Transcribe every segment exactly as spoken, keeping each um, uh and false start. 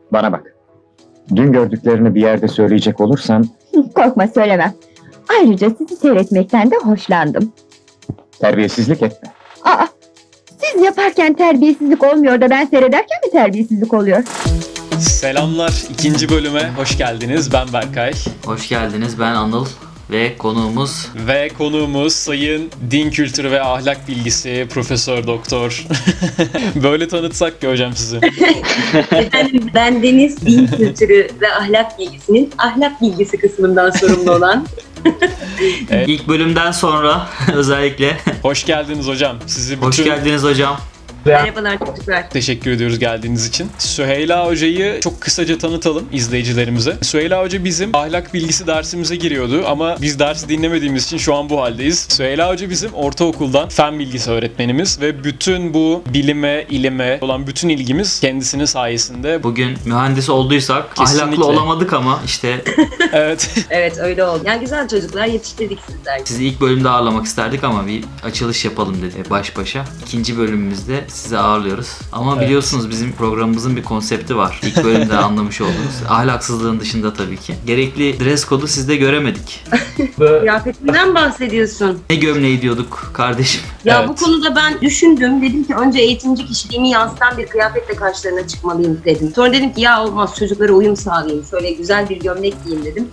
Bana bak. Dün gördüklerini bir yerde söyleyecek olursan Korkma, söylemem. Ayrıca sizi seyretmekten de hoşlandım. terbiyesizlik etme. Aa, siz yaparken terbiyesizlik olmuyor da ben seyrederken mi terbiyesizlik oluyor? Selamlar, ikinci bölüme hoş geldiniz. Ben Berkay Hoş geldiniz, ben Anıl ve konuğumuz ve konuğumuz Sayın Din Kültürü ve Ahlak Bilgisi Profesör Doktor. Böyle tanıtsak ki hocam sizi. Efendim, ben Deniz, din kültürü ve ahlak bilgisinin ahlak bilgisi kısmından sorumlu olan. Evet. ilk bölümden sonra özellikle Hoş geldiniz hocam. Sizi bütün... hoş geldiniz hocam. Merhabalar çocuklar. Teşekkür ediyoruz geldiğiniz için. Süheyla Hoca'yı çok kısaca tanıtalım izleyicilerimize. Süheyla Hoca bizim ahlak bilgisi dersimize giriyordu ama biz dersi dinlemediğimiz için şu an bu haldeyiz. Süheyla Hoca bizim ortaokuldan fen bilgisi öğretmenimiz ve bütün bu bilime, ilime olan bütün ilgimiz kendisinin sayesinde. Bugün mühendis olduysak Kesinlikle. ahlaklı olamadık ama işte Evet. Evet, öyle oldu. Yani güzel çocuklar yetiştirdik sizler. sizi ilk bölümde ağırlamak isterdik ama bir açılış yapalım dedi baş başa. İkinci bölümümüzde sizi ağırlıyoruz. Ama Evet. biliyorsunuz bizim programımızın bir konsepti var. İlk bölümde anlamış oldunuz. Ahlaksızlığın dışında tabii ki. Gerekli dress kodu sizde göremedik. Kıyafetinden bahsediyorsun. Ne gömleği diyorduk kardeşim? Ya Evet. bu konuda ben düşündüm. Dedim ki önce eğitimci kişiliğimi yansıtan bir kıyafetle karşılarına çıkmalıyım dedim. Sonra dedim ki ya olmaz, çocuklara uyum sağlayayım. Şöyle güzel bir gömlek giyeyim dedim.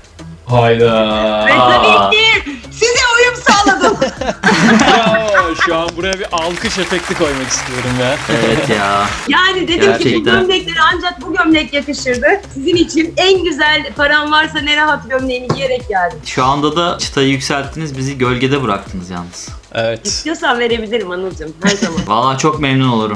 Hayda. Ve tabii ki size uyum sağladım. Bravo. Şu an buraya bir alkış efekti koymak istiyorum ya. Evet ya. Yani dedim ki bu Gerçekten. gömleklere ancak bu gömlek yakışırdı. Sizin için en güzel param varsa ne rahat gömleğini giyerek geldim. Şu anda da çıtayı yükselttiniz, bizi gölgede bıraktınız yalnız. Evet. İstiyorsan verebilirim Anılcığım, her zaman. Vallahi çok memnun olurum.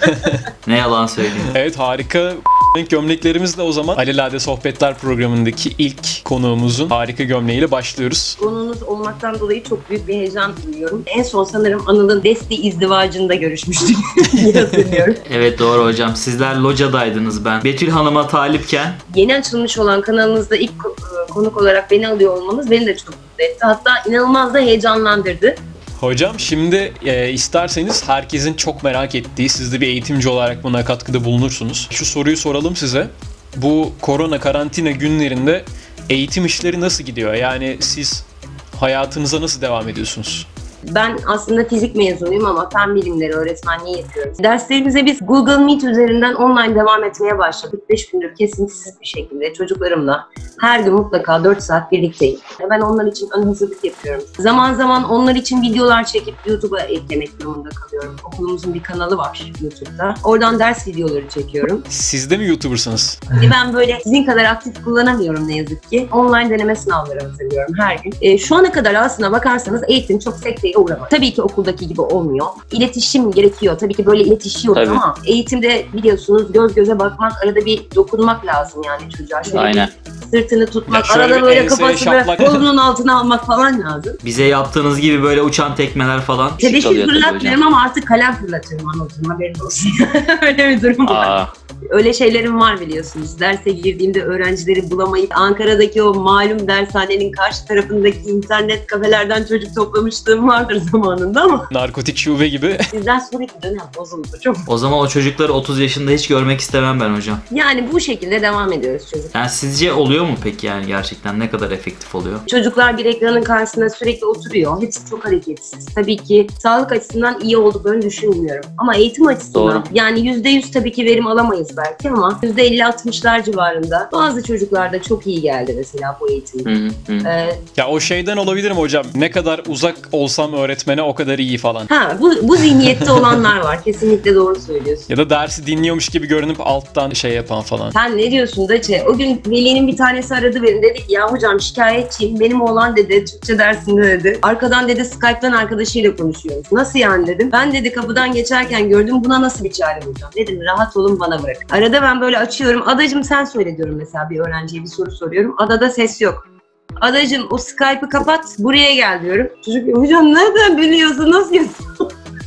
Ne yalan söyleyeyim. Evet, harika renk gömleklerimizle o zaman Alelade Sohbetler programındaki ilk konuğumuzun harika gömleğiyle başlıyoruz. Konuğunuz olmaktan dolayı çok büyük bir heyecan duyuyorum. En son sanırım Anıl'ın Desti izdivacında görüşmüştük diye hatırlıyorum. Evet doğru hocam. Sizler locadaydınız ben. Betül Hanım'a talipken Yeni açılmış olan kanalınızda ilk ko- konuk olarak beni alıyor olmanız beni de çok mutlu etti. Hatta inanılmaz da heyecanlandırdı. Hocam şimdi e, isterseniz herkesin çok merak ettiği, siz de bir eğitimci olarak buna katkıda bulunursunuz. Şu soruyu soralım size. Bu korona karantina günlerinde eğitim işleri nasıl gidiyor? Yani siz hayatınıza nasıl devam ediyorsunuz? Ben aslında fizik mezunuyum ama fen bilimleri öğretmenliği yapıyorum. Derslerimize biz Google Meet üzerinden online devam etmeye başladık. beş gündür kesintisiz bir şekilde çocuklarımla her gün mutlaka dört saat birlikteyim. Ben onlar için ön hazırlık yapıyorum. Zaman zaman onlar için videolar çekip YouTube'a eklemek durumunda kalıyorum. Okulumuzun bir kanalı var YouTube'da. Oradan ders videoları çekiyorum. Siz de mi YouTuber'sınız? Ve ben böyle sizin kadar aktif kullanamıyorum ne yazık ki. Online deneme sınavları hazırlıyorum her gün. E, şu ana kadar aslına bakarsanız eğitim çok sekteye uğramadı. Tabii ki okuldaki gibi olmuyor. İletişim gerekiyor. Tabii ki böyle iletişiyoruz Tabii. ama eğitimde biliyorsunuz göz göze bakmak, arada bir dokunmak lazım yani çocuğa. Şöyle Aynen. bir sırtını tutmak, Ya şöyle arada bir böyle enseye kafasını şaplak. kolunun altına almak falan lazım. bize yaptığınız gibi böyle uçan tekmeler falan. Tebeşir çalıyor tabii fırlatmıyorum ama artık kalem fırlatıyorum anlatıyorum, haberin olsun. Öyle bir durum var. Aa, Öyle şeylerim var biliyorsunuz. Derse girdiğimde öğrencileri bulamayıp Ankara'daki o malum dershanenin karşı tarafındaki internet kafelerden çocuk toplamışlığım vardır zamanında ama Narkotik şube gibi. bizden sonraki dönem bozuldu çok. O zaman o çocukları otuz yaşında hiç görmek istemem ben hocam. Yani bu şekilde devam ediyoruz çocuk. Yani sizce oluyor mu peki yani gerçekten ne kadar efektif oluyor? Çocuklar bir ekranın karşısında sürekli oturuyor. Hepsi çok hareketsiz. Tabii ki sağlık açısından iyi olduklarını düşünmüyorum. Ama eğitim açısından Doğru. yani yüzde yüz tabii ki verim alamayız belki ama yüzde elli altmışlar civarında bazı çocuklarda çok iyi geldi mesela bu eğitim. Hı hı hı. Ee, Ya o şeyden olabilir mi hocam? Ne kadar uzak olsam öğretmene o kadar iyi falan. ha bu, bu zihniyette olanlar var. Kesinlikle doğru söylüyorsun. Ya da dersi dinliyormuş gibi görünüp alttan şey yapan falan. Sen ne diyorsun Daçe? O gün velinin bir tanesi aradı beni. Dedi ki ya hocam şikayetçiyim. Benim oğlan dedi Türkçe dersinde dedi. Arkadan dedi Skype'tan arkadaşıyla konuşuyoruz. Nasıl yani dedim. Ben dedi kapıdan geçerken gördüm, buna nasıl bir çare bulacağım? Dedim rahat olun, bana bırak. Arada ben böyle açıyorum. Adacım sen söyle diyorum mesela, bir öğrenciye bir soru soruyorum. Adada ses yok. Adacım o Skype'ı kapat, buraya gel diyorum. Çocuk diyor hocam nereden biliyorsun, nasıl yapıyorsun?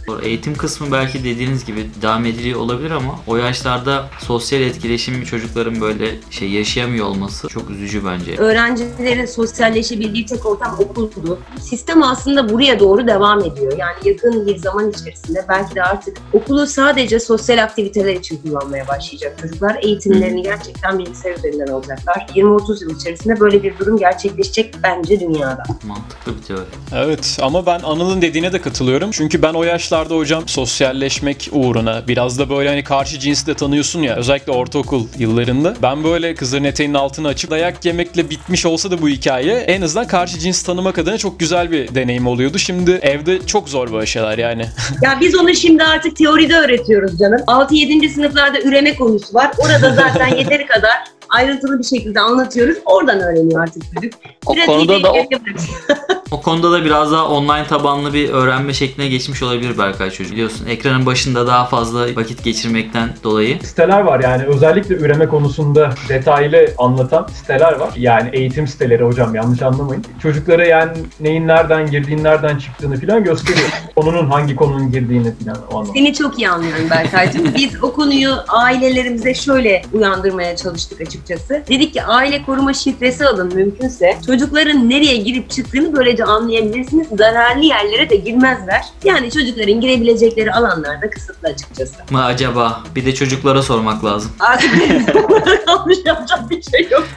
Eğitim kısmı belki dediğiniz gibi devam ediliyor olabilir ama o yaşlarda sosyal etkileşimi çocukların böyle şey yaşayamıyor olması çok üzücü bence. Öğrencilerin sosyalleşebildiği tek ortam okuldu. Sistem aslında buraya doğru devam ediyor. Yani yakın bir zaman içerisinde belki de artık okulu sadece sosyal aktiviteler için kullanmaya başlayacak çocuklar. Eğitimlerini gerçekten bilgisayar üzerinden alacaklar. yirmi otuz yıl içerisinde böyle bir durum gerçekleşecek bence dünyada. Mantıklı bir teori. Evet ama ben Anıl'ın dediğine de katılıyorum. Çünkü ben o yaşlarda hocam sosyalleşmek uğruna biraz da böyle hani karşı cinsi de tanıyorsun ya, özellikle ortaokul yıllarında. Ben böyle kızların eteğinin altını açıp dayak yemekle bitmiş olsa da bu hikaye en azından karşı cinsi tanımak adına çok güzel bir deneyim oluyordu. Şimdi evde çok zor böyle şeyler yani. Ya biz onu şimdi artık teoride öğretiyoruz canım. altı yedinci sınıflarda üreme konusu var. Orada zaten yeteri kadar ayrıntılı bir şekilde anlatıyoruz. Oradan öğreniyor artık çocuk. O Biraz konuda iyi da o- bir- O konuda da biraz daha online tabanlı bir öğrenme şekline geçmiş olabilir Berkay çocuk. Biliyorsun ekranın başında daha fazla vakit geçirmekten dolayı. Siteler var yani özellikle üreme konusunda detaylı anlatan siteler var. Yani eğitim siteleri hocam, yanlış anlamayın. Çocuklara yani neyin nereden girdiğini, nereden çıktığını falan gösteriyor. Konunun hangi konunun girdiğini falan o anlamda. Seni çok iyi anlıyorum Berkay'cığım. Biz o konuyu ailelerimize şöyle uyandırmaya çalıştık açıkçası. Dedik ki aile koruma şifresi alın mümkünse. Çocukların nereye girip çıktığını böylece anlayabilirsiniz. Zararlı yerlere de girmezler. Yani çocukların girebilecekleri alanlarda kısıtlı açıkçası. Mı acaba? Bir de çocuklara sormak lazım. Artık kalmış yapacak bir şey yok.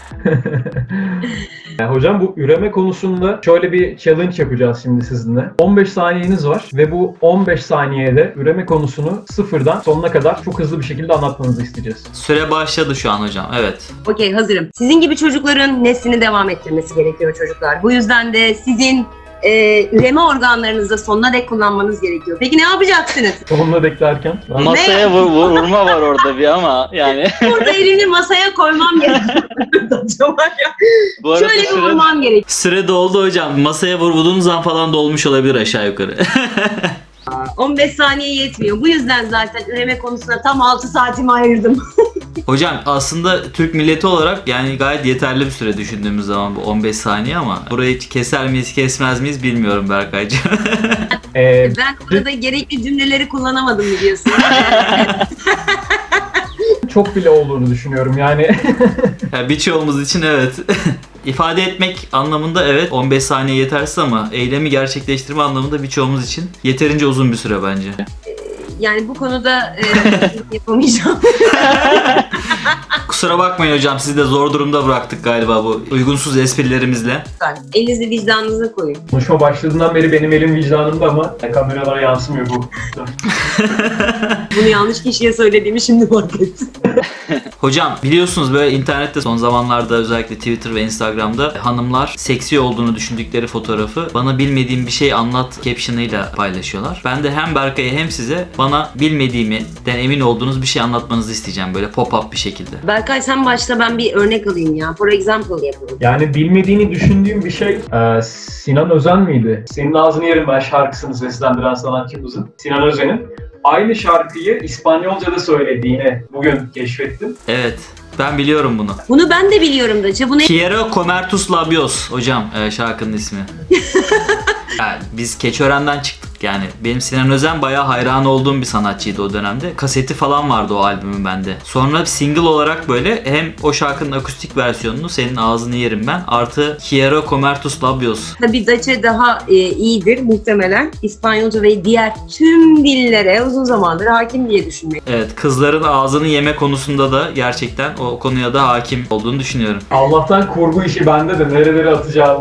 Yani hocam bu üreme konusunda şöyle bir challenge yapacağız şimdi sizinle. on beş saniyeniz var ve bu on beş saniyede üreme konusunu sıfırdan sonuna kadar çok hızlı bir şekilde anlatmanızı isteyeceğiz. Süre başladı şu an hocam. Evet. Okey, hazırım. Sizin gibi çocukların neslini devam ettirmesi gerekiyor çocuklar. Bu yüzden de sizin e, üreme organlarınızı sonuna dek kullanmanız gerekiyor. Peki ne yapacaksınız? Sonuna beklerken. Masaya vur, vur- vurma var orada bir ama yani. Burada elini masaya koymam gerekiyor. Bu arada Şöyle bir süre- vurmam gerekiyor. Süre doldu hocam. Masaya vurduğunuz zaman falan dolmuş olabilir aşağı yukarı. on beş saniye yetmiyor. Bu yüzden zaten üreme konusuna tam altı saatimi ayırdım. Hocam aslında Türk milleti olarak yani gayet yeterli bir süre düşündüğümüz zaman bu on beş saniye ama burayı keser miyiz kesmez miyiz bilmiyorum Berkaycığım. Ee, Ben burada gerekli cümleleri kullanamadım biliyorsun. çok bile olduğunu düşünüyorum yani. Yani birçoğumuz için evet. İfade etmek anlamında evet on beş saniye yetersiz ama eylemi gerçekleştirme anlamında birçoğumuz için yeterince uzun bir süre bence. Yani bu konuda e, yapamayacağım. Kusura bakmayın hocam sizi de zor durumda bıraktık galiba bu uygunsuz esprilerimizle. Elinizi vicdanınıza koyun. Konuşma başladığından beri benim elim vicdanımda ama kameralara yansımıyor bu. Bunu yanlış kişiye söylediğimi şimdi fark ettim. Hocam biliyorsunuz böyle internette son zamanlarda özellikle Twitter ve Instagram'da hanımlar seksi olduğunu düşündükleri fotoğrafı bana bilmediğim bir şey anlat caption'ıyla paylaşıyorlar. Ben de hem Berkay'a hem size bana bilmediğimden emin olduğunuz bir şey anlatmanızı isteyeceğim böyle pop-up bir şekilde. Berkay sen başta, ben bir örnek alayım ya. For example yapalım. Yani bilmediğini düşündüğüm bir şey e, Sinan Özen miydi? Senin Ağzını Yerim Ben şarkısını seslendiren sanatçımızın Sinan Özen'in aynı şarkıyı İspanyolca'da söylediğini bugün keşfettim. Evet ben biliyorum bunu. Bunu ben de biliyorum da. Bu ne? Quiero comer tus labios hocam e, şarkının ismi. Yani biz Keçiören'den çıktık yani. Benim Sinan Özen bayağı hayran olduğum bir sanatçıydı o dönemde. Kaseti falan vardı o albümün bende. Sonra single olarak böyle hem o şarkının akustik versiyonunu Senin Ağzını Yerim Ben artı Quiero comer tus labios. Tabii Daçe daha e, iyidir muhtemelen. İspanyolca ve diğer tüm dillere uzun zamandır hakim diye düşünmek. Evet kızların ağzını yeme konusunda da gerçekten o konuya da hakim olduğunu düşünüyorum. Allah'tan kurgu işi bende de nerelere atacağımı.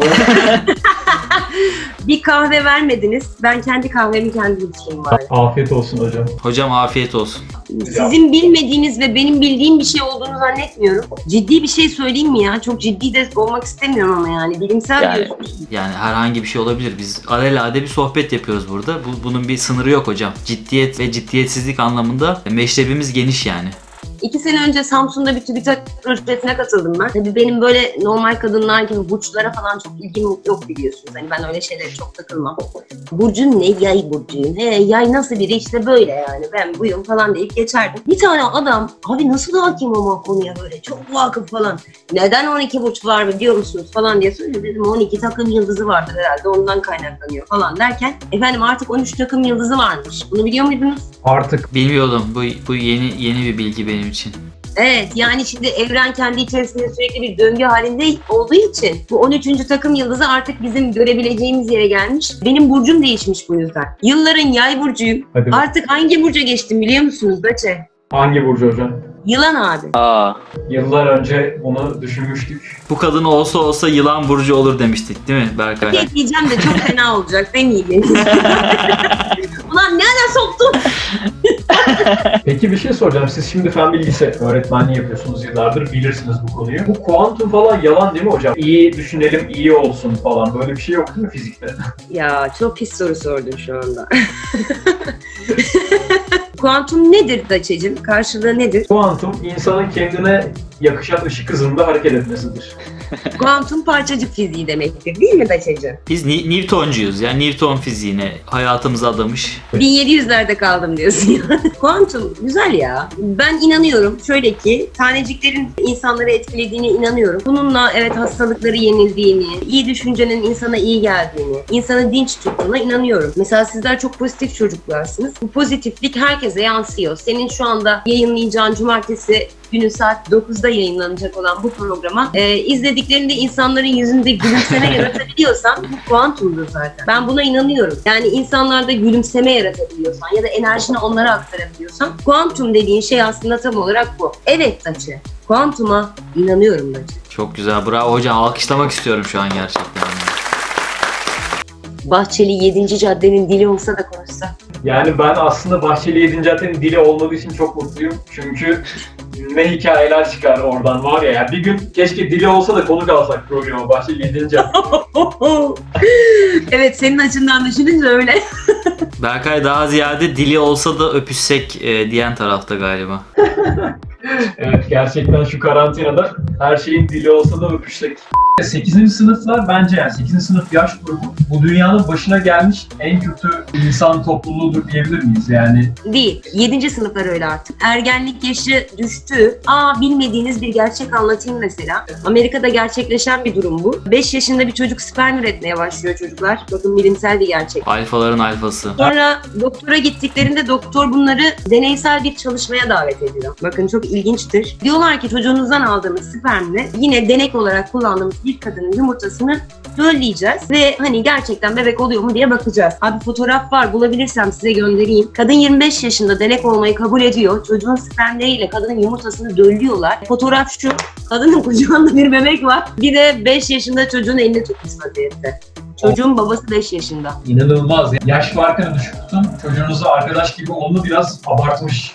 Bir kahve vermediniz. Ben kendi kahvemi kendim içeyim bari. Afiyet olsun hocam. Hocam afiyet olsun. Sizin bilmediğiniz ve benim bildiğim bir şey olduğunu zannetmiyorum. Ciddi bir şey söyleyeyim mi ya? Çok ciddi de olmak istemiyorum ama yani. Bilimsel Yani- diyorsunuz. Yani herhangi bir şey olabilir. Biz alelade bir sohbet yapıyoruz burada. Bu, bunun bir sınırı yok hocam. Ciddiyet ve ciddiyetsizlik anlamında meşrebimiz geniş yani. İki sene önce Samsun'da bir TÜBİTAK projesine katıldım ben. Tabii benim böyle normal kadınlar gibi burçlara falan çok ilgim yok biliyorsunuz. Hani ben öyle şeylere çok takılmam. Burcun ne? Yay burcuyum. He, yay nasıl biri? İşte böyle yani. Ben buyum falan deyip geçerdim. Bir tane adam, abi nasıl hakim ama konuya böyle çok vakıf falan. Neden on iki burç var biliyor musunuz falan diye söyledi. Dedim on iki takım yıldızı vardır herhalde ondan kaynaklanıyor falan derken efendim artık on üç takım yıldızı varmış. Bunu biliyor muydunuz? Artık Bilmiyordum. Bu, bu yeni yeni bir bilgi benim için. Evet, yani şimdi evren kendi içerisinde sürekli bir döngü halinde olduğu için bu on üçüncü takım yıldızı artık bizim görebileceğimiz yere gelmiş. Benim burcum değişmiş bu yüzden. Yılların yay burcuyum. Hadi. Artık hangi burca geçtim biliyor musunuz Daçe? hangi burcu hocam? Yılan abi. Aa. Yıllar önce bunu düşünmüştük. Bu kadın olsa olsa yılan burcu olur demiştik değil mi Berkay? Bir diyeceğim de çok fena olacak demeyeyim. Ulan ne ara soktun? Peki bir şey soracağım. Siz şimdi fen bilgisi öğretmenliği yapıyorsunuz yıllardır. Bilirsiniz bu konuyu. Bu kuantum falan yalan değil mi hocam? İyi düşünelim, iyi olsun falan. Böyle bir şey yok değil mi fizikte? Ya çok pis soru sordun şu anda. Kuantum nedir Daçe'cim? Karşılığı nedir? Kuantum insanın kendine yakışan ışık hızında hareket etmesidir. Kuantum parçacık fiziği demektir değil mi Daçe'cim? Biz Ni- Newtoncuyuz. Yani Newton fiziğine hayatımızı adamış. bin yedi yüzlerde kaldım diyorsun ya. Kuantum güzel ya. Ben inanıyorum. Şöyle ki taneciklerin insanları etkilediğine inanıyorum. Bununla evet hastalıkları yenildiğini, iyi düşüncenin insana iyi geldiğini, insanı dinç tuttuğuna inanıyorum. Mesela sizler çok pozitif çocuklarsınız. Bu pozitiflik herkese yansıyor. Senin şu anda yayınlayacağın cumartesi günü saat dokuzda yayınlanacak olan bu programa e, izlediklerinde insanların yüzünde gülümseme yaratabiliyorsan bu kuantumdur zaten. Ben buna inanıyorum. Yani insanlarda gülümseme yaratabiliyorsan ya da enerjini onlara aktarabiliyorsan kuantum dediğin şey aslında tam olarak bu. Evet Daçe. Kuantuma inanıyorum Daçe. Çok güzel. Bravo hocam. Alkışlamak istiyorum şu an gerçekten. Bahçeli yedinci caddenin dili olsa da konuşsa. Yani ben aslında Bahçeli yedinci caddenin dili olmadığı için çok mutluyum. Çünkü ne hikayeler çıkar oradan var ya. Yani bir gün keşke dili olsa da konuk alsak programa Bahçeli yedinci cadde. Evet senin açından düşününce öyle. Berkay daha ziyade dili olsa da öpüşsek e, diyen tarafta galiba. Evet gerçekten şu karantinada her şeyin dili olsa da öpüşsek. sekizinci sınıflar bence yani sekizinci sınıf yaş grubu bu dünyanın başına gelmiş en kötü insan topluluğudur diyebilir miyiz yani? Değil. yedinci sınıflar öyle artık. Ergenlik yaşı düştü. Aa bilmediğiniz bir gerçek anlatayım mesela. Amerika'da gerçekleşen bir durum bu. beş yaşında bir çocuk sperm üretmeye başlıyor çocuklar. Bakın bilimsel bir gerçek. Alfaların alfası. Sonra doktora gittiklerinde doktor bunları deneysel bir çalışmaya davet ediyor. Bakın çok ilginçtir. Diyorlar ki çocuğunuzdan aldığımız spermle yine denek olarak kullandığımız bir kadının yumurtasını dölleyeceğiz ve hani gerçekten bebek oluyor mu diye bakacağız. Abi fotoğraf var bulabilirsem size göndereyim. Kadın yirmi beş yaşında denek olmayı kabul ediyor. Çocuğun spermleriyle kadının yumurtasını döllüyorlar. Fotoğraf şu. Kadının kucağında bir bebek var. Bir de beş yaşında çocuğun elini tutmuş vaziyette. Çocuğun babası beş yaşında. İnanılmaz. Yaş farkını düşük tutun. Çocuğunuza arkadaş gibi olunu biraz abartmış.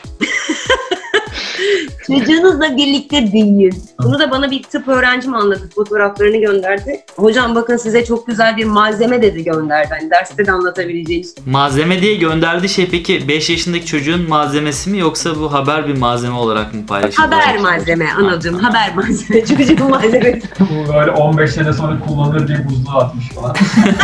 Çocuğunuzla birlikte büyüyün. Bunu da bana bir tıp öğrencim anlattı. Fotoğraflarını gönderdi. Hocam bakın size çok güzel bir malzeme dedi gönderdi. Hani derste de anlatabileceğiniz. Malzeme diye gönderdiği şey peki beş yaşındaki çocuğun malzemesi mi yoksa bu haber bir malzeme olarak mı paylaşıldı? Haber malzeme anladım. Haber malzeme. Çocuğun malzemesi. Bu böyle on beş sene sonra kullanılır diye buzluğa atmış falan.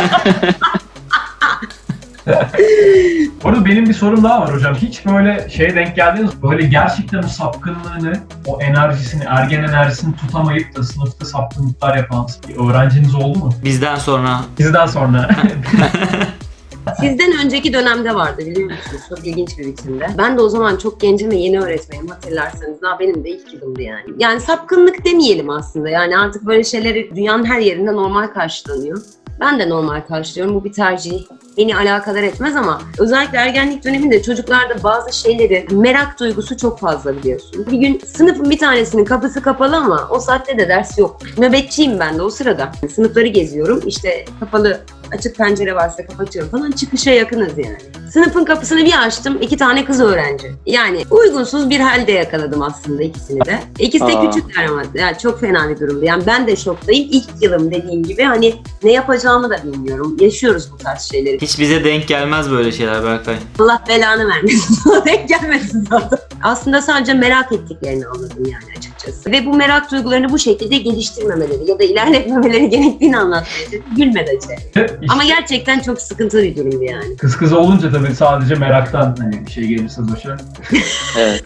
Bu arada benim bir sorum daha var hocam. Hiç böyle şeye denk geldiniz mi? Böyle gerçekten o sapkınlığını, o enerjisini, ergen enerjisini tutamayıp da sınıfta sapkınlıklar yapan bir öğrenciniz oldu mu? Bizden sonra Bizden sonra. Sizden önceki dönemde vardı biliyor musunuz? Çok ilginç bir biçimde. Ben de o zaman çok gencim ve yeni öğretmenim hatırlarsanız. Daha benim de ilk yılımdı yani. Yani sapkınlık demeyelim aslında. Yani artık böyle şeyleri dünyanın her yerinde normal karşılanıyor. Ben de normal karşılıyorum. Bu bir tercih. Beni alakadar etmez ama özellikle ergenlik döneminde çocuklarda bazı şeyleri merak duygusu çok fazla biliyorsun. Bir gün sınıfın bir tanesinin kapısı kapalı ama o saatte de ders yok. Nöbetçiyim ben de o sırada. Sınıfları geziyorum. İşte kapalı Açık pencere varsa kapatıyorum falan. Çıkışa yakınız yani. Sınıfın kapısını bir açtım. iki tane kız öğrenci. Yani uygunsuz bir halde yakaladım aslında ikisini de. İkisi de Aa. küçükler ama yani çok fena bir durumdu. Yani ben de şoktayım. İlk yılım dediğim gibi hani ne yapacağımı da bilmiyorum. Yaşıyoruz bu tarz şeyleri. Hiç bize denk gelmez böyle şeyler Berkay. Allah belanı vermesin. Sana denk gelmesin zaten. Aslında sadece merak ettiklerini anladım yani açıkçası. Ve bu merak duygularını bu şekilde geliştirmemeleri ya da ilerletmemeleri gerektiğini anlatmaya çalıştım. Gülmedi işte. Ama gerçekten çok sıkıntılı bir durumdu yani. Kız kız olunca tabii sadece meraktan hani bir şey gelirse başa. Evet.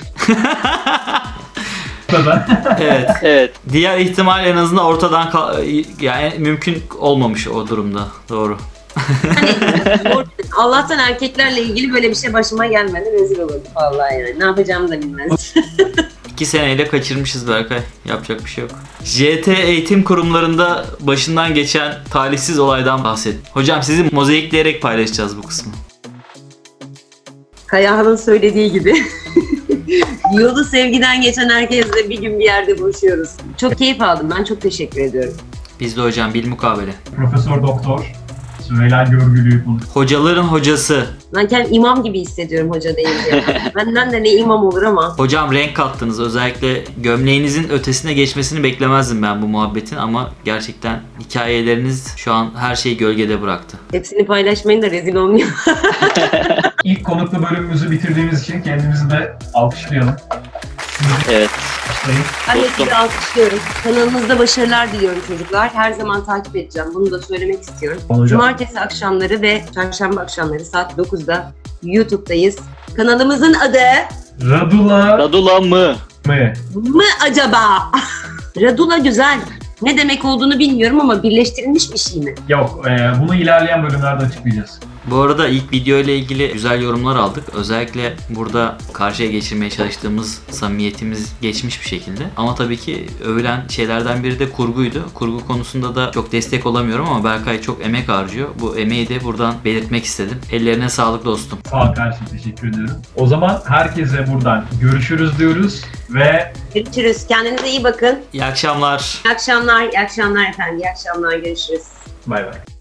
Ben Evet. Evet. Diğer ihtimal en azından ortadan kal- yani mümkün olmamış o durumda. Doğru. Hani Allah'tan erkeklerle ilgili böyle bir şey başıma gelmedi. Rezil olurdum vallahi yani. Ne yapacağımı da bilmez. İki seneyle kaçırmışız Berkay. Yapacak bir şey yok. J T eğitim kurumlarında başından geçen talihsiz olaydan bahset. Hocam sizi mozaikleyerek paylaşacağız bu kısmı. Kayahan'ın söylediği gibi. Yolu sevgiden geçen herkesle bir gün bir yerde buluşuyoruz. Çok keyif aldım. Ben çok teşekkür ediyorum. Biz de hocam bilmukabele. Profesör Doktor Süheyla Görgülü'yü konuş. Hocaların hocası. Ben kendim imam gibi hissediyorum hoca deyince. Benden de ne imam olur ama. Hocam renk kattınız. Özellikle gömleğinizin ötesine geçmesini beklemezdim ben bu muhabbetin ama gerçekten hikayeleriniz şu an her şeyi gölgede bıraktı. Hepsini paylaşmayın da rezil olmayayım. İlk konuklu bölümümüzü bitirdiğimiz için kendimizi de alkışlayalım. Evet. Başlayın. Ben de Dostum. sizi alkışlıyorum. Kanalınızda başarılar diliyorum çocuklar. Her zaman takip edeceğim. Bunu da söylemek istiyorum. Hocam. Cumartesi akşamları ve çarşamba akşamları saat dokuzda YouTube'dayız. Kanalımızın adı Radula Radula mı? mı? mı acaba? Radula güzel. Ne demek olduğunu bilmiyorum ama birleştirilmiş bir şey mi? Yok, e, bunu ilerleyen bölümlerde açıklayacağız. Bu arada ilk video ile ilgili güzel yorumlar aldık. Özellikle burada karşıya geçirmeye çalıştığımız samimiyetimiz geçmiş bir şekilde. Ama tabii ki övülen şeylerden biri de kurguydu. Kurgu konusunda da çok destek olamıyorum ama Berkay çok emek harcıyor. Bu emeği de buradan belirtmek istedim. Ellerine sağlık dostum. Sağ ol kardeşim, teşekkür ediyorum. O zaman herkese buradan görüşürüz diyoruz ve Görüşürüz. Kendinize iyi bakın. İyi akşamlar. İyi akşamlar. İyi akşamlar efendim. İyi akşamlar. Görüşürüz. bay bay.